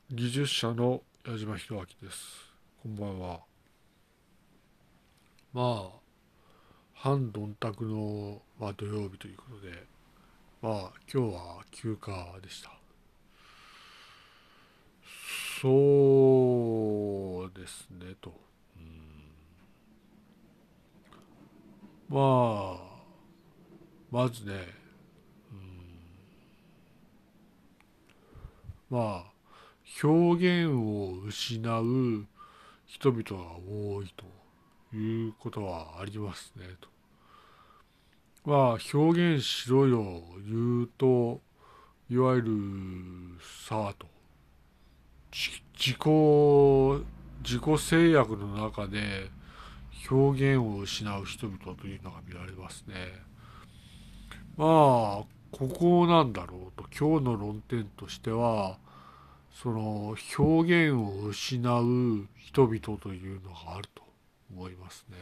技術者の矢島弘明です。こんばんは。まあ、反ドンタクの、土曜日ということで、今日は休暇でした。そうですね、と。まあ、まずね、まあ、表現を失う人々が多いということはありますね、と。表現しろよ、言うと、いわゆる、さあと、自己、自己制約の中で表現を失う人々というのが見られますね。ここなんだろうと、今日の論点としては、その表現を失う人々というのがあると思いますね。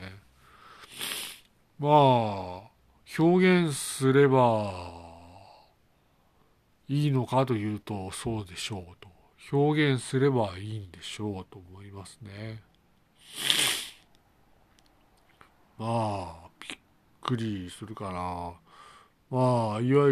表現すればいいのかというと、そうでしょうと。表現すればいいんでしょうと思いますね。びっくりするかな。いわゆ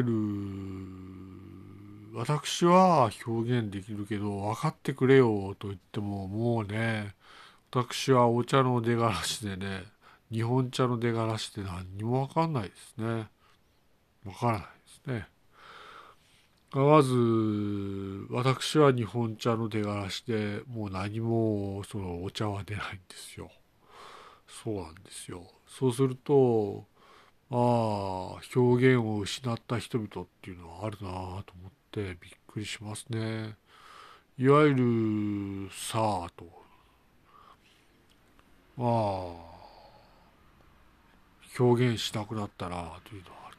る、私は表現できるけど、分かってくれよと言っても、もうね、私はお茶の出がらしでね、日本茶の出がらしで何にも分かんないですね。分からないですね。まず、私は日本茶の出がらしで、もう何もそのお茶は出ないんですよ。そうなんですよ。そうすると、表現を失った人々っていうのはあるなぁと思ってびっくりしますね。いわゆる、さあと、まあ、表現しなくなったなというのはある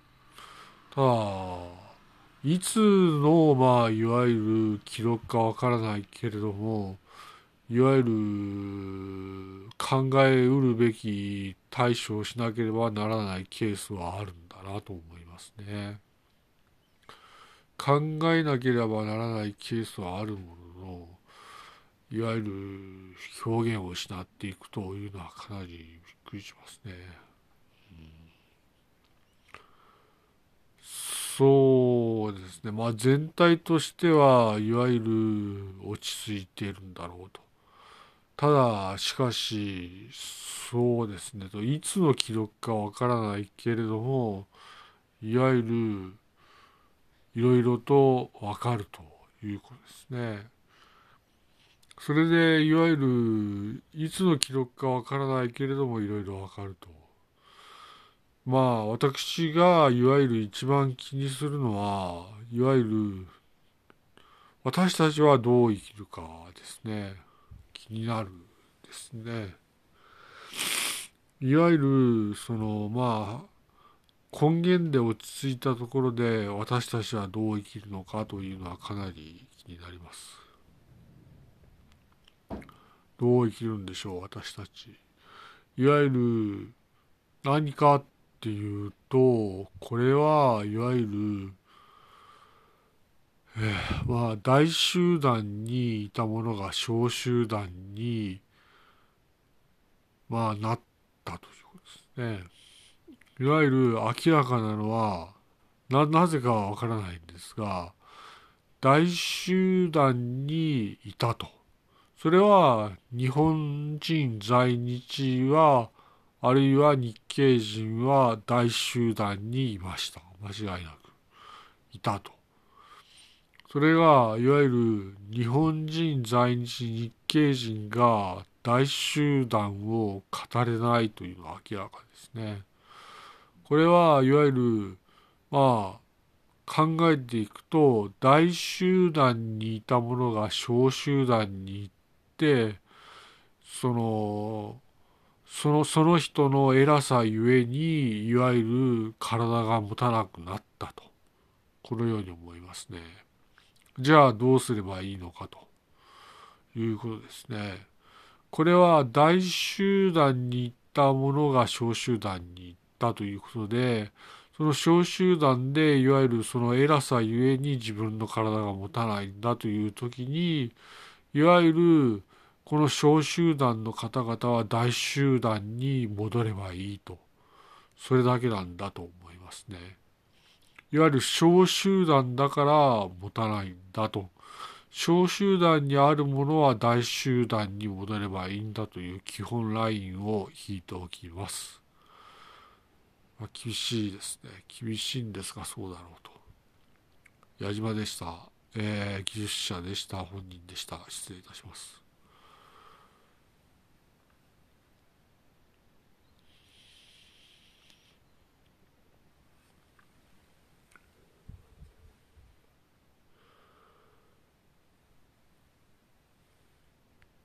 と。ただ、いつの、いわゆる記録かわからないけれども、いわゆる考えうるべき対処をしなければならないケースはあるんだなと思いますね。考えなければならないケースはあるものの、いわゆる表現を失っていくというのはかなりびっくりしますね。そうですね。全体としてはいわゆる落ち着いているんだろうと。ただ、しかし、そうですね。いつの記録かわからないけれども、いわゆるいろいろとわかるということですね。それで、いわゆる、いつの記録かわからないけれども、いろいろわかると。私が、いわゆる一番気にするのは、いわゆる、私たちはどう生きるかですね。気になるですね。いわゆる、根源で落ち着いたところで、私たちはどう生きるのかというのはかなり気になります。どう生きるんでしょう、私たち。いわゆる、何かっていうと、これはいわゆる、大集団にいたものが小集団に、なったということですね。いわゆる明らかなのは、なぜかはわからないんですが、大集団にいたと。それは日本人在日は、あるいは日系人は大集団にいました。間違いなく。いたと。それが、いわゆる日本人在日日系人が大集団を語れないというのは明らかですね。これは、いわゆる、まあ、考えていくと、大集団にいたものが小集団に行って、その、その人の偉さゆえに、いわゆる体が持たなくなったと。このように思いますね。じゃあどうすればいいのかということですね。これは大集団に行ったものが小集団に行ったということで、 その小集団でいわゆるその偉さゆえに自分の体が持たないんだという時に、いわゆるこの小集団の方々は大集団に戻ればいいと、それだけなんだと思いますね。いわゆる小集団だから持たないんだと、小集団にあるものは大集団に戻ればいいんだという基本ラインを引いておきます。厳しいですね。厳しいんですがそうだろうと。矢島でした。技術者でした。本人でした。失礼いたします。